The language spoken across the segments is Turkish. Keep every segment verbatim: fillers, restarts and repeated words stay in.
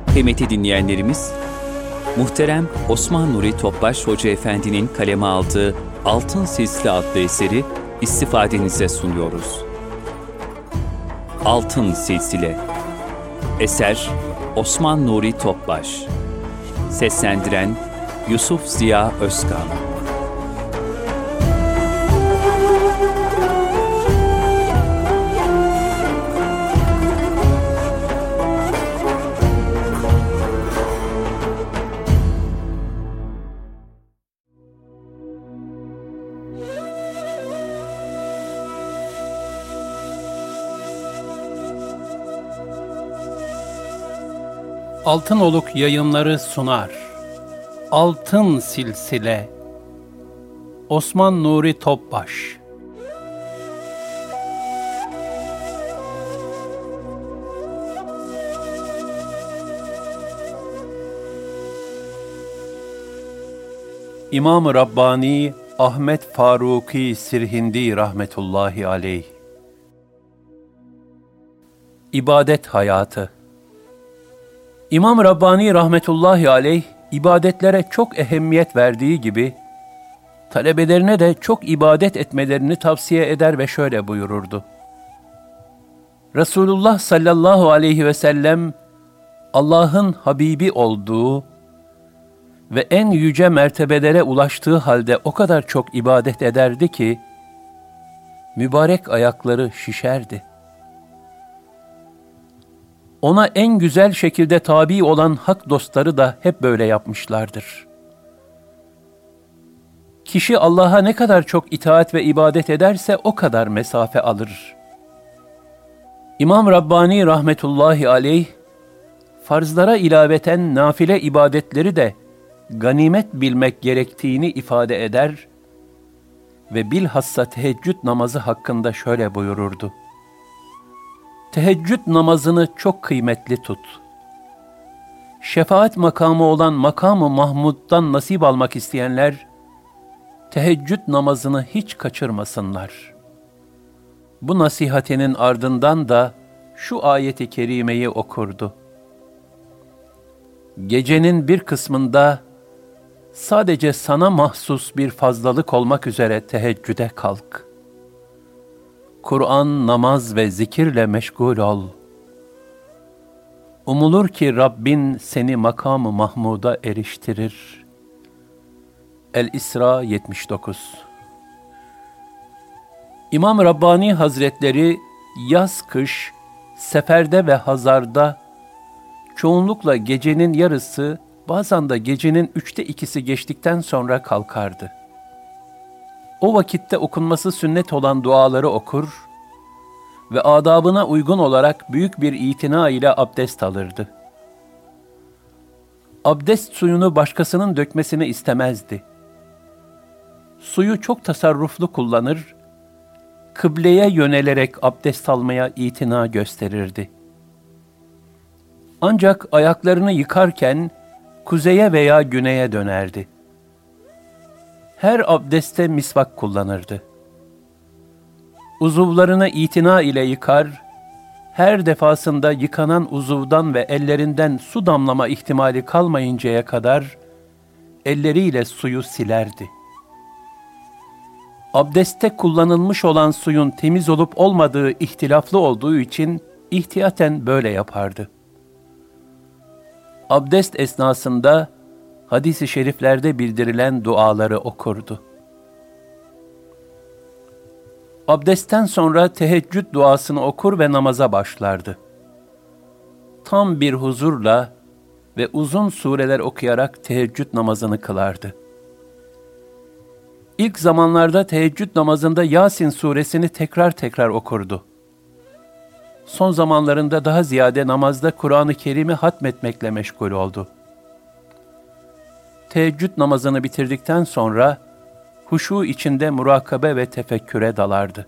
Kıymetli dinleyenlerimiz, muhterem Osman Nuri Topbaş Hoca Efendi'nin kaleme aldığı Altın Silsile adlı eseri istifadenize sunuyoruz. Altın Silsile. Eser Osman Nuri Topbaş. Seslendiren Yusuf Ziya Özkan. Altınoluk Yayınları sunar. Altın Silsile. Osman Nuri Topbaş. İmam-ı Rabbani Ahmet Faruki Sirhindi rahmetullahi aleyh. İbadet hayatı. İmam Rabbani rahmetullahi aleyh, ibadetlere çok ehemmiyet verdiği gibi, talebelerine de çok ibadet etmelerini tavsiye eder ve şöyle buyururdu. Resulullah sallallahu aleyhi ve sellem, Allah'ın Habibi olduğu ve en yüce mertebelere ulaştığı halde o kadar çok ibadet ederdi ki, mübarek ayakları şişerdi. Ona en güzel şekilde tabi olan hak dostları da hep böyle yapmışlardır. Kişi Allah'a ne kadar çok itaat ve ibadet ederse o kadar mesafe alır. İmam Rabbani rahmetullahi aleyh, farzlara ilaveten nafile ibadetleri de ganimet bilmek gerektiğini ifade eder ve bilhassa teheccüd namazı hakkında şöyle buyururdu. Teheccüd namazını çok kıymetli tut. Şefaat makamı olan makam-ı Mahmud'dan nasip almak isteyenler, teheccüd namazını hiç kaçırmasınlar. Bu nasihatinin ardından da şu ayeti kerimeyi okurdu. Gecenin bir kısmında sadece sana mahsus bir fazlalık olmak üzere teheccüde kalk. Kur'an, namaz ve zikirle meşgul ol. Umulur ki Rabbin seni makam-ı Mahmud'a eriştirir. El-İsra yetmiş dokuz. İmam Rabbani Hazretleri yaz kış, seferde ve hazarda çoğunlukla gecenin yarısı, bazen de gecenin üçte ikisi geçtikten sonra kalkardı. O vakitte okunması sünnet olan duaları okur ve adabına uygun olarak büyük bir itina ile abdest alırdı. Abdest suyunu başkasının dökmesini istemezdi. Suyu çok tasarruflu kullanır, kıbleye yönelerek abdest almaya itina gösterirdi. Ancak ayaklarını yıkarken kuzeye veya güneye dönerdi. Her abdeste misvak kullanırdı. Uzuvlarını itina ile yıkar, her defasında yıkanan uzuvdan ve ellerinden su damlama ihtimali kalmayıncaya kadar elleriyle suyu silerdi. Abdeste kullanılmış olan suyun temiz olup olmadığı ihtilaflı olduğu için ihtiyaten böyle yapardı. Abdest esnasında hadis-i şeriflerde bildirilen duaları okurdu. Abdestten sonra teheccüd duasını okur ve namaza başlardı. Tam bir huzurla ve uzun sureler okuyarak teheccüd namazını kılardı. İlk zamanlarda teheccüd namazında Yasin suresini tekrar tekrar okurdu. Son zamanlarında daha ziyade namazda Kur'an-ı Kerim'i hatmetmekle meşgul oldu. Teheccüd namazını bitirdikten sonra huşu içinde murakabe ve tefekküre dalardı.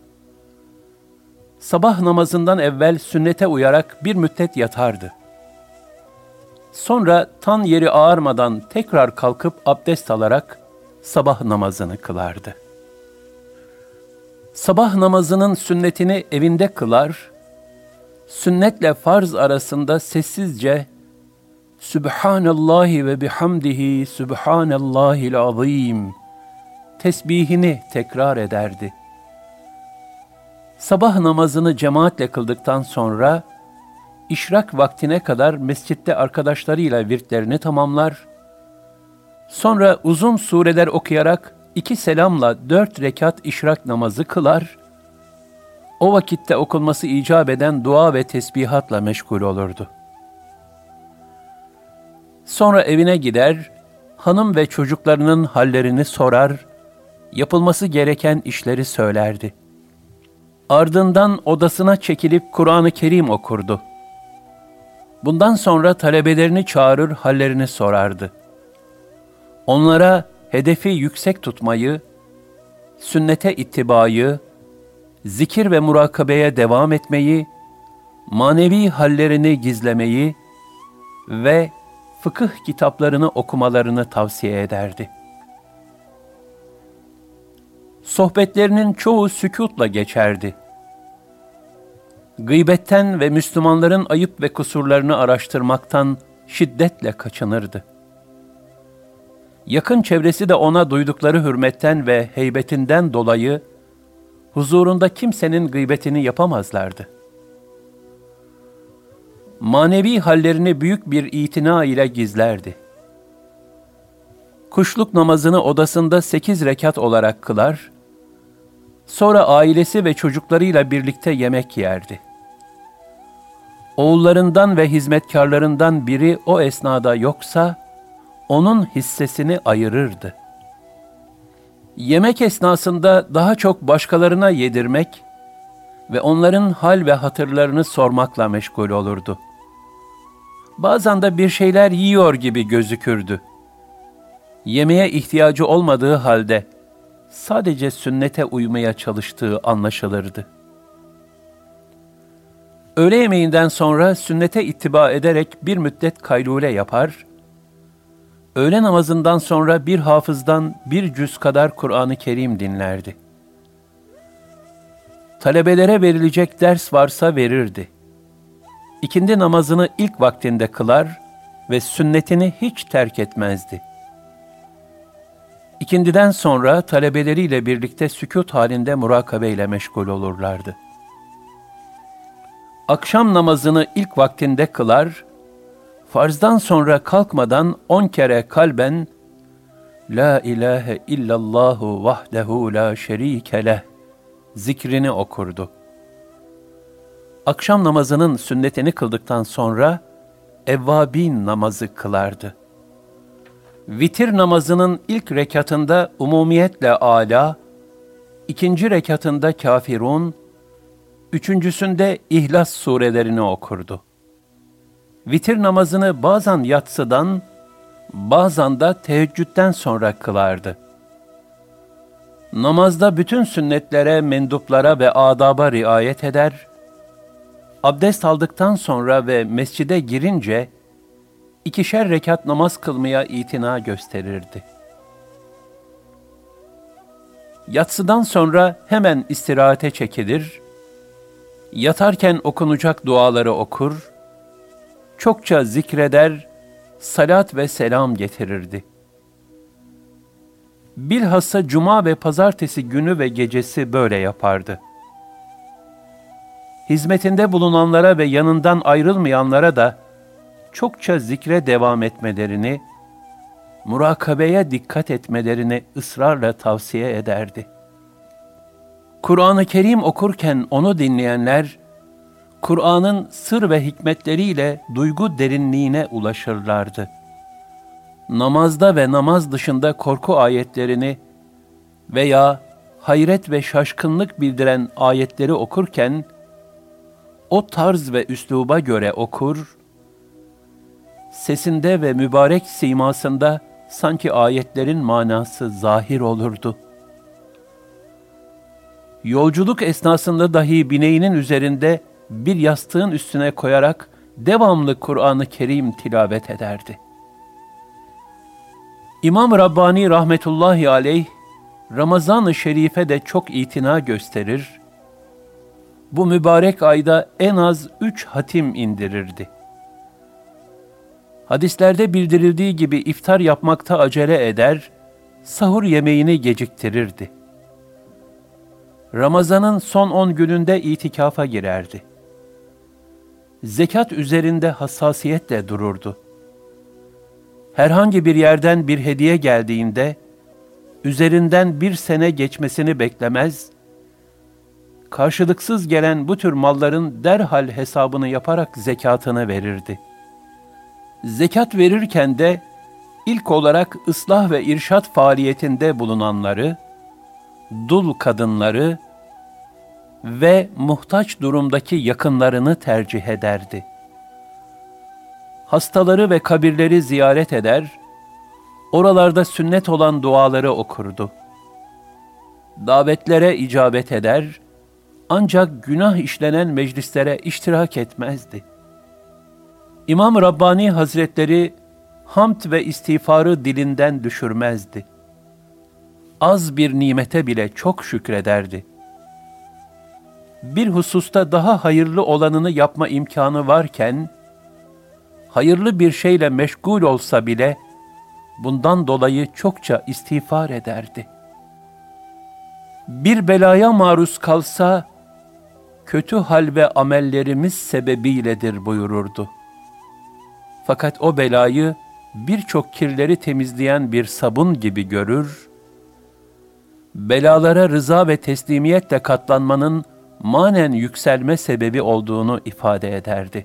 Sabah namazından evvel sünnete uyarak bir müddet yatardı. Sonra tan yeri ağarmadan tekrar kalkıp abdest alarak sabah namazını kılardı. Sabah namazının sünnetini evinde kılar, sünnetle farz arasında sessizce Sübhanallahi ve bihamdihi Sübhanallahil azim tesbihini tekrar ederdi. Sabah namazını cemaatle kıldıktan sonra işrak vaktine kadar mescitte arkadaşlarıyla virtlerini tamamlar, sonra uzun sureler okuyarak iki selamla dört rekat işrak namazı kılar, o vakitte okunması icap eden dua ve tesbihatla meşgul olurdu. Sonra evine gider, hanım ve çocuklarının hallerini sorar, yapılması gereken işleri söylerdi. Ardından odasına çekilip Kur'an-ı Kerim okurdu. Bundan sonra talebelerini çağırır, hallerini sorardı. Onlara hedefi yüksek tutmayı, sünnete ittibayı, zikir ve murakabeye devam etmeyi, manevi hallerini gizlemeyi ve fıkıh kitaplarını okumalarını tavsiye ederdi. Sohbetlerinin çoğu sükûtla geçerdi. Gıybetten ve Müslümanların ayıp ve kusurlarını araştırmaktan şiddetle kaçınırdı. Yakın çevresi de ona duydukları hürmetten ve heybetinden dolayı huzurunda kimsenin gıybetini yapamazlardı. Manevi hallerini büyük bir itina ile gizlerdi. Kuşluk namazını odasında sekiz rekat olarak kılar, sonra ailesi ve çocuklarıyla birlikte yemek yerdi. Oğullarından ve hizmetkarlarından biri o esnada yoksa, onun hissesini ayırırdı. Yemek esnasında daha çok başkalarına yedirmek ve onların hal ve hatırlarını sormakla meşgul olurdu. Bazen de bir şeyler yiyor gibi gözükürdü. Yemeğe ihtiyacı olmadığı halde sadece sünnete uymaya çalıştığı anlaşılırdı. Öğle yemeğinden sonra sünnete ittiba ederek bir müddet kaylule yapar, öğle namazından sonra bir hafızdan bir cüz kadar Kur'an-ı Kerim dinlerdi. Talebelere verilecek ders varsa verirdi. İkindi namazını ilk vaktinde kılar ve sünnetini hiç terk etmezdi. İkindiden sonra talebeleriyle birlikte sükût halinde murakabeyle meşgul olurlardı. Akşam namazını ilk vaktinde kılar, farzdan sonra kalkmadan on kere kalben La ilahe illallahu vahdehu la şerike leh zikrini okurdu. Akşam namazının sünnetini kıldıktan sonra evvabin namazı kılardı. Vitir namazının ilk rekatında umumiyetle âlâ, ikinci rekatında kafirun, üçüncüsünde İhlas surelerini okurdu. Vitir namazını bazen yatsıdan, bazen de teheccüden sonra kılardı. Namazda bütün sünnetlere, menduplara ve adaba riayet eder, abdest aldıktan sonra ve mescide girince, ikişer rekat namaz kılmaya itina gösterirdi. Yatsıdan sonra hemen istirahate çekilir, yatarken okunacak duaları okur, çokça zikreder, salat ve selam getirirdi. Bilhassa cuma ve pazartesi günü ve gecesi böyle yapardı. Hizmetinde bulunanlara ve yanından ayrılmayanlara da çokça zikre devam etmelerini, murakabeye dikkat etmelerini ısrarla tavsiye ederdi. Kur'an-ı Kerim okurken onu dinleyenler, Kur'an'ın sır ve hikmetleriyle duygu derinliğine ulaşırlardı. Namazda ve namaz dışında korku ayetlerini veya hayret ve şaşkınlık bildiren ayetleri okurken, o tarz ve üsluba göre okur, sesinde ve mübarek simasında sanki ayetlerin manası zahir olurdu. Yolculuk esnasında dahi bineğinin üzerinde bir yastığın üstüne koyarak devamlı Kur'an-ı Kerim tilavet ederdi. İmam Rabbani rahmetullahi aleyh, Ramazan-ı Şerif'e de çok itina gösterir, bu mübarek ayda en az üç hatim indirirdi. Hadislerde bildirildiği gibi iftar yapmakta acele eder, sahur yemeğini geciktirirdi. Ramazan'ın son on gününde itikafa girerdi. Zekat üzerinde hassasiyetle dururdu. Herhangi bir yerden bir hediye geldiğinde, üzerinden bir sene geçmesini beklemez, karşılıksız gelen bu tür malların derhal hesabını yaparak zekatını verirdi. Zekat verirken de ilk olarak ıslah ve irşat faaliyetinde bulunanları, dul kadınları ve muhtaç durumdaki yakınlarını tercih ederdi. Hastaları ve kabirleri ziyaret eder, oralarda sünnet olan duaları okurdu. Davetlere icabet eder, ancak günah işlenen meclislere iştirak etmezdi. İmam Rabbani Hazretleri hamd ve istiğfarı dilinden düşürmezdi. Az bir nimete bile çok şükrederdi. Bir hususta daha hayırlı olanını yapma imkanı varken, hayırlı bir şeyle meşgul olsa bile, bundan dolayı çokça istiğfar ederdi. Bir belaya maruz kalsa, kötü hal ve amellerimiz sebebiyledir buyururdu. Fakat o belayı birçok kirleri temizleyen bir sabun gibi görür, belalara rıza ve teslimiyetle katlanmanın manen yükselme sebebi olduğunu ifade ederdi.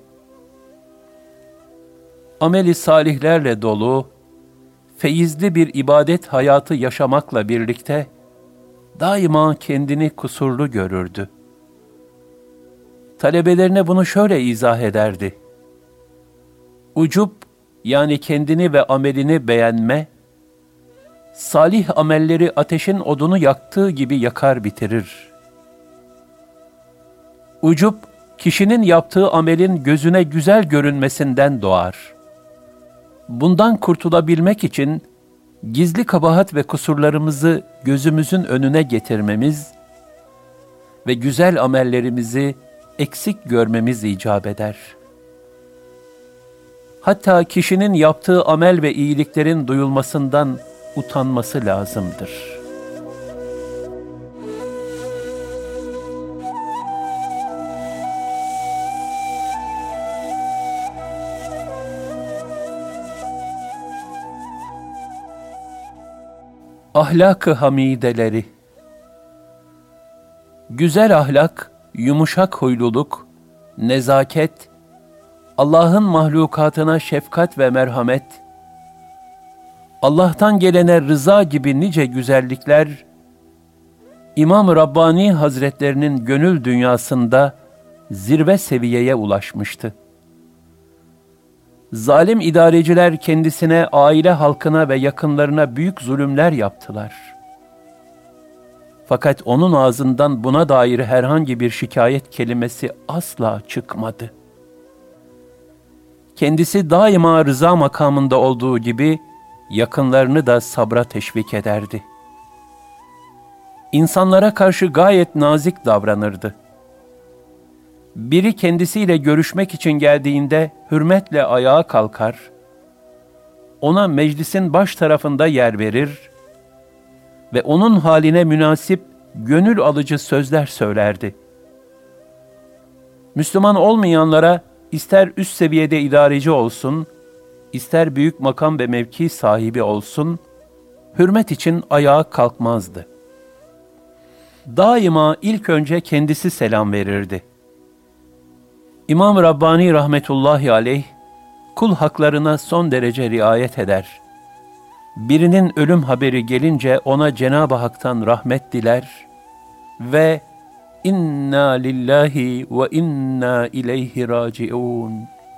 Ameli salihlerle dolu, feyizli bir ibadet hayatı yaşamakla birlikte, daima kendini kusurlu görürdü. Talebelerine bunu şöyle izah ederdi: Ucup, yani kendini ve amelini beğenme, salih amelleri ateşin odunu yaktığı gibi yakar bitirir. Ucup, kişinin yaptığı amelin gözüne güzel görünmesinden doğar. Bundan kurtulabilmek için gizli kabahat ve kusurlarımızı gözümüzün önüne getirmemiz ve güzel amellerimizi eksik görmemiz icap eder. Hatta kişinin yaptığı amel ve iyiliklerin duyulmasından utanması lazımdır. Ahlak-ı hamideleri. Güzel ahlak, yumuşak huyluluk, nezaket, Allah'ın mahlukatına şefkat ve merhamet, Allah'tan gelene rıza gibi nice güzellikler, İmam-ı Rabbani Hazretlerinin gönül dünyasında zirve seviyeye ulaşmıştı. Zalim idareciler kendisine, aile halkına ve yakınlarına büyük zulümler yaptılar. Fakat onun ağzından buna dair herhangi bir şikayet kelimesi asla çıkmadı. Kendisi daima rıza makamında olduğu gibi, yakınlarını da sabra teşvik ederdi. İnsanlara karşı gayet nazik davranırdı. Biri kendisiyle görüşmek için geldiğinde hürmetle ayağa kalkar, ona meclisin baş tarafında yer verir ve onun haline münasip, gönül alıcı sözler söylerdi. Müslüman olmayanlara ister üst seviyede idareci olsun, ister büyük makam ve mevki sahibi olsun, hürmet için ayağa kalkmazdı. Daima ilk önce kendisi selam verirdi. İmam Rabbani rahmetullahi aleyh, kul haklarına son derece riayet eder. Birinin ölüm haberi gelince ona Cenab-ı Hak'tan rahmet diler ve İnna lillahi ve inna ileyhi raciun.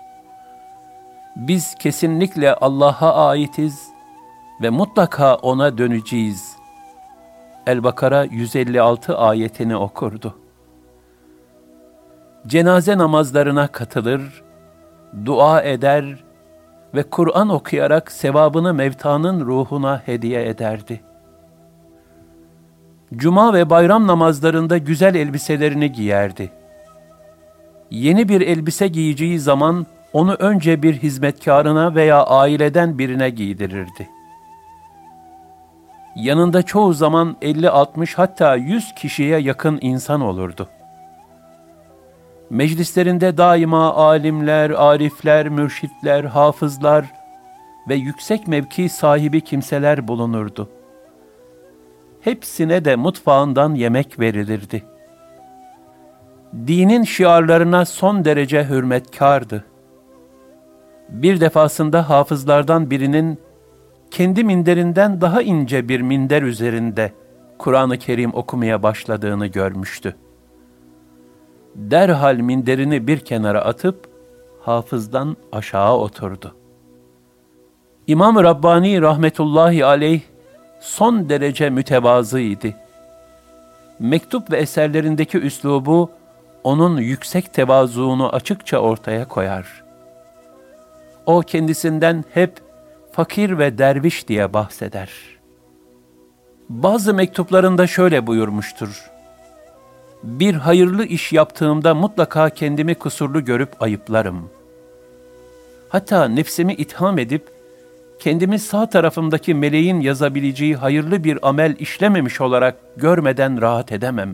Biz kesinlikle Allah'a aitiz ve mutlaka ona döneceğiz. El-Bakara yüz elli altı ayetini okurdu. Cenaze namazlarına katılır, dua eder ve Kur'an okuyarak sevabını mevtanın ruhuna hediye ederdi. Cuma ve bayram namazlarında güzel elbiselerini giyerdi. Yeni bir elbise giyeceği zaman onu önce bir hizmetkarına veya aileden birine giydirirdi. Yanında çoğu zaman elli altmış hatta yüz kişiye yakın insan olurdu. Meclislerinde daima alimler, arifler, mürşitler, hafızlar ve yüksek mevki sahibi kimseler bulunurdu. Hepsine de mutfağından yemek verilirdi. Dinin şiarlarına son derece hürmetkardı. Bir defasında hafızlardan birinin kendi minderinden daha ince bir minder üzerinde Kur'an-ı Kerim okumaya başladığını görmüştü. Derhal minderini bir kenara atıp hafızdan aşağı oturdu. İmam-ı Rabbani rahmetullahi aleyh son derece mütevazıydı. Mektup ve eserlerindeki üslubu onun yüksek tevazuunu açıkça ortaya koyar. O kendisinden hep fakir ve derviş diye bahseder. Bazı mektuplarında şöyle buyurmuştur: bir hayırlı iş yaptığımda mutlaka kendimi kusurlu görüp ayıplarım. Hatta nefsimi itham edip, kendimi sağ tarafımdaki meleğin yazabileceği hayırlı bir amel işlememiş olarak görmeden rahat edemem.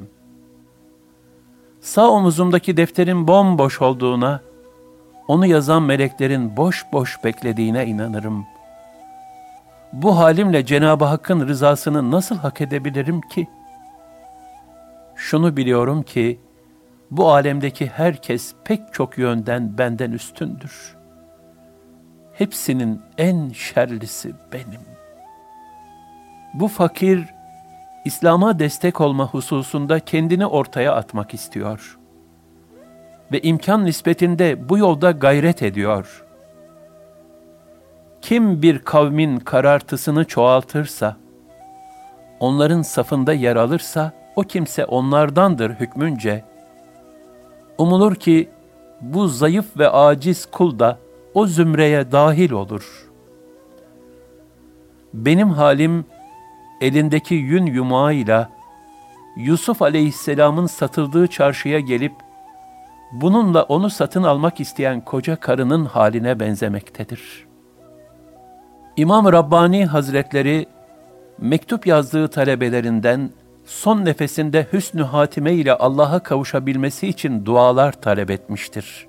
Sağ omuzumdaki defterin bomboş olduğuna, onu yazan meleklerin boş boş beklediğine inanırım. Bu halimle Cenab-ı Hakk'ın rızasını nasıl hak edebilirim ki? Şunu biliyorum ki, bu alemdeki herkes pek çok yönden benden üstündür. Hepsinin en şerlisi benim. Bu fakir, İslam'a destek olma hususunda kendini ortaya atmak istiyor. Ve imkan nispetinde bu yolda gayret ediyor. Kim bir kavmin karartısını çoğaltırsa, onların safında yer alırsa, o kimse onlardandır hükmünce. Umulur ki bu zayıf ve aciz kul da o zümreye dahil olur. Benim halim elindeki yün yumağıyla Yusuf aleyhisselamın satıldığı çarşıya gelip bununla onu satın almak isteyen koca karının haline benzemektedir. İmam-ı Rabbani Hazretleri mektup yazdığı talebelerinden son nefesinde hüsnü hatime ile Allah'a kavuşabilmesi için dualar talep etmiştir.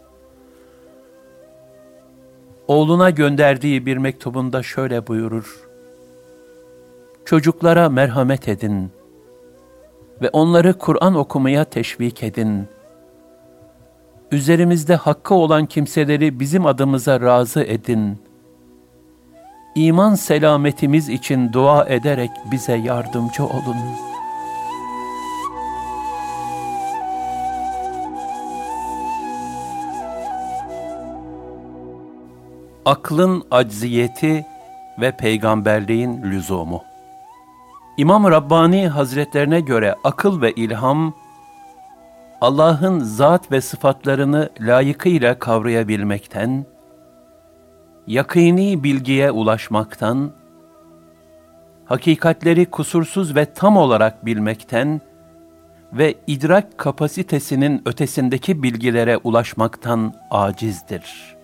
Oğluna gönderdiği bir mektubunda şöyle buyurur: çocuklara merhamet edin ve onları Kur'an okumaya teşvik edin. Üzerimizde hakkı olan kimseleri bizim adımıza razı edin. İman selametimiz için dua ederek bize yardımcı olun. Aklın acziyeti ve peygamberliğin lüzumu. İmam-ı Rabbani Hazretlerine göre akıl ve ilham, Allah'ın zat ve sıfatlarını layıkıyla kavrayabilmekten, yakîni bilgiye ulaşmaktan, hakikatleri kusursuz ve tam olarak bilmekten ve idrak kapasitesinin ötesindeki bilgilere ulaşmaktan acizdir.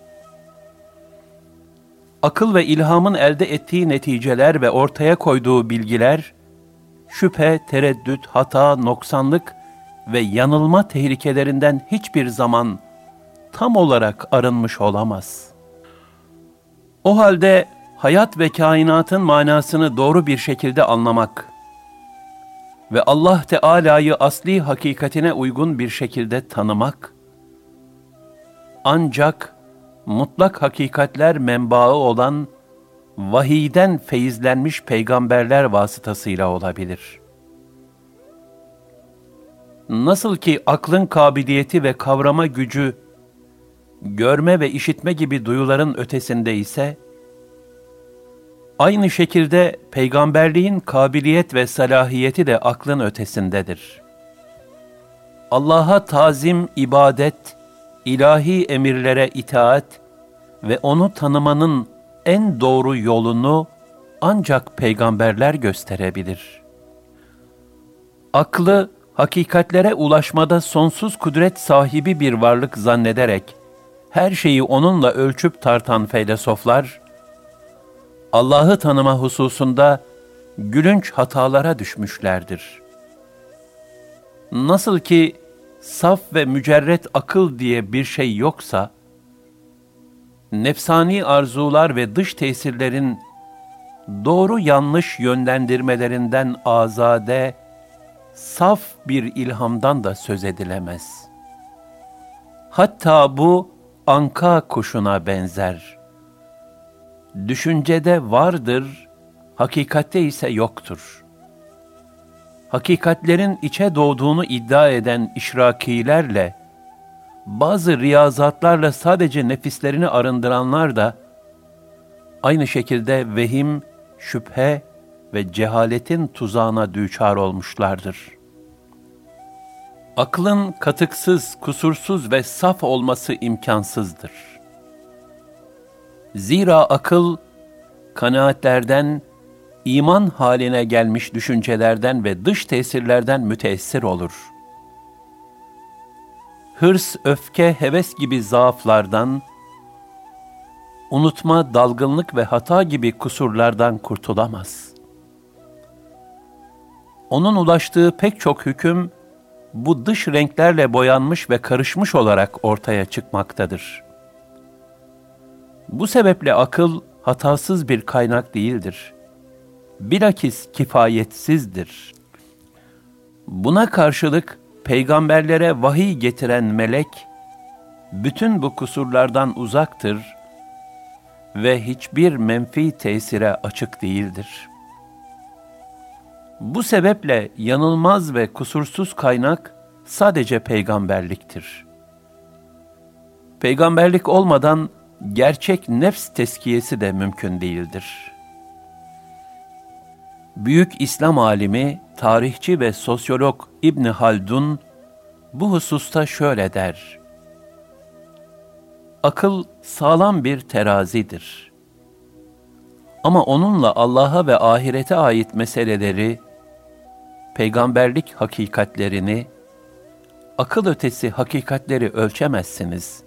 Akıl ve ilhamın elde ettiği neticeler ve ortaya koyduğu bilgiler, şüphe, tereddüt, hata, noksanlık ve yanılma tehlikelerinden hiçbir zaman tam olarak arınmış olamaz. O halde hayat ve kainatın manasını doğru bir şekilde anlamak ve Allah Teala'yı asli hakikatine uygun bir şekilde tanımak, ancak mutlak hakikatler menbaı olan vahiyden feyizlenmiş peygamberler vasıtasıyla olabilir. Nasıl ki aklın kabiliyeti ve kavrama gücü, görme ve işitme gibi duyuların ötesinde ise, aynı şekilde peygamberliğin kabiliyet ve salahiyeti de aklın ötesindedir. Allah'a tazim, ibadet, ilahi emirlere itaat ve onu tanımanın en doğru yolunu ancak peygamberler gösterebilir. Aklı, hakikatlere ulaşmada sonsuz kudret sahibi bir varlık zannederek, her şeyi onunla ölçüp tartan felsefler, Allah'ı tanıma hususunda gülünç hatalara düşmüşlerdir. Nasıl ki saf ve mücerret akıl diye bir şey yoksa, nefsani arzular ve dış tesirlerin doğru yanlış yönlendirmelerinden azade, saf bir ilhamdan da söz edilemez. Hatta bu anka kuşuna benzer. Düşüncede vardır, hakikatte ise yoktur. Hakikatlerin içe doğduğunu iddia eden işrakilerle, bazı riyazatlarla sadece nefislerini arındıranlar da, aynı şekilde vehim, şüphe ve cehaletin tuzağına düçar olmuşlardır. Aklın katıksız, kusursuz ve saf olması imkansızdır. Zira akıl, kanaatlerden, iman haline gelmiş düşüncelerden ve dış tesirlerden müteessir olur. Hırs, öfke, heves gibi zaaflardan, unutma, dalgınlık ve hata gibi kusurlardan kurtulamaz. Onun ulaştığı pek çok hüküm, bu dış renklerle boyanmış ve karışmış olarak ortaya çıkmaktadır. Bu sebeple akıl hatasız bir kaynak değildir. Bilakis kifayetsizdir. Buna karşılık peygamberlere vahiy getiren melek, bütün bu kusurlardan uzaktır ve hiçbir menfi tesire açık değildir. Bu sebeple yanılmaz ve kusursuz kaynak sadece peygamberliktir. Peygamberlik olmadan gerçek nefs teskiyesi de mümkün değildir. Büyük İslam alimi, tarihçi ve sosyolog İbn Haldun bu hususta şöyle der: akıl sağlam bir terazidir. Ama onunla Allah'a ve ahirete ait meseleleri, peygamberlik hakikatlerini, akıl ötesi hakikatleri ölçemezsiniz.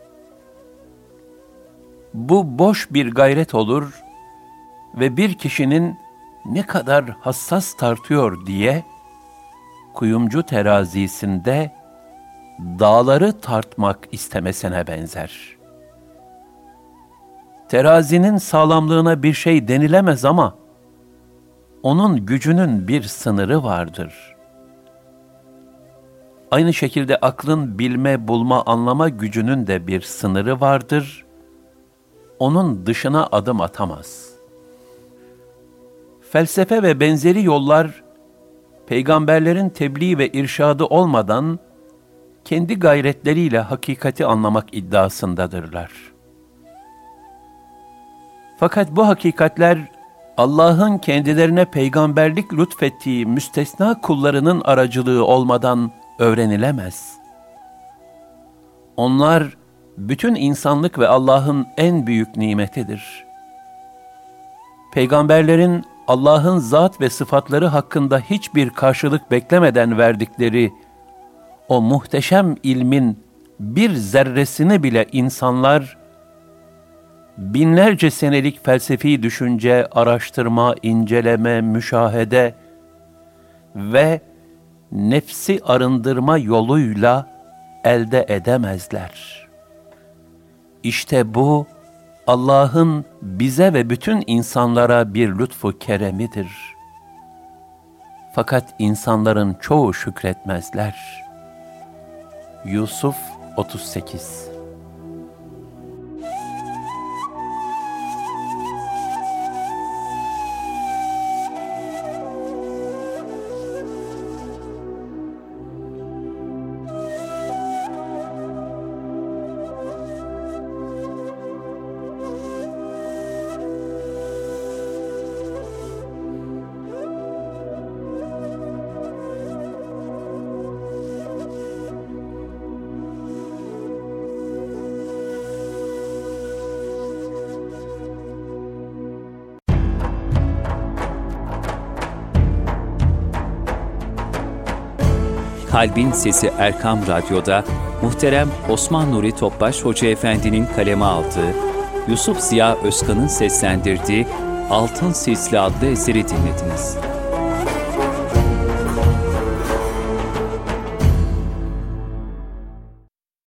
Bu boş bir gayret olur ve bir kişinin ne kadar hassas tartıyor diye, kuyumcu terazisinde dağları tartmak istemesine benzer. Terazinin sağlamlığına bir şey denilemez ama, onun gücünün bir sınırı vardır. Aynı şekilde aklın bilme, bulma, anlama gücünün de bir sınırı vardır. Onun dışına adım atamaz. Felsefe ve benzeri yollar, peygamberlerin tebliğ ve irşadı olmadan, kendi gayretleriyle hakikati anlamak iddiasındadırlar. Fakat bu hakikatler, Allah'ın kendilerine peygamberlik lütfettiği müstesna kullarının aracılığı olmadan öğrenilemez. Onlar, bütün insanlık ve Allah'ın en büyük nimetidir. Peygamberlerin Allah'ın zat ve sıfatları hakkında hiçbir karşılık beklemeden verdikleri o muhteşem ilmin bir zerresini bile insanlar, binlerce senelik felsefi düşünce, araştırma, inceleme, müşahede ve nefsi arındırma yoluyla elde edemezler. İşte bu, Allah'ın bize ve bütün insanlara bir lütfu keremidir. Fakat insanların çoğu şükretmezler. Yusuf otuz sekiz. Kalbin Sesi Erkam Radyo'da muhterem Osman Nuri Topbaş Hoca Efendi'nin kaleme aldığı, Yusuf Ziya Özkan'ın seslendirdiği Altın Sisli adlı eseri dinlediniz.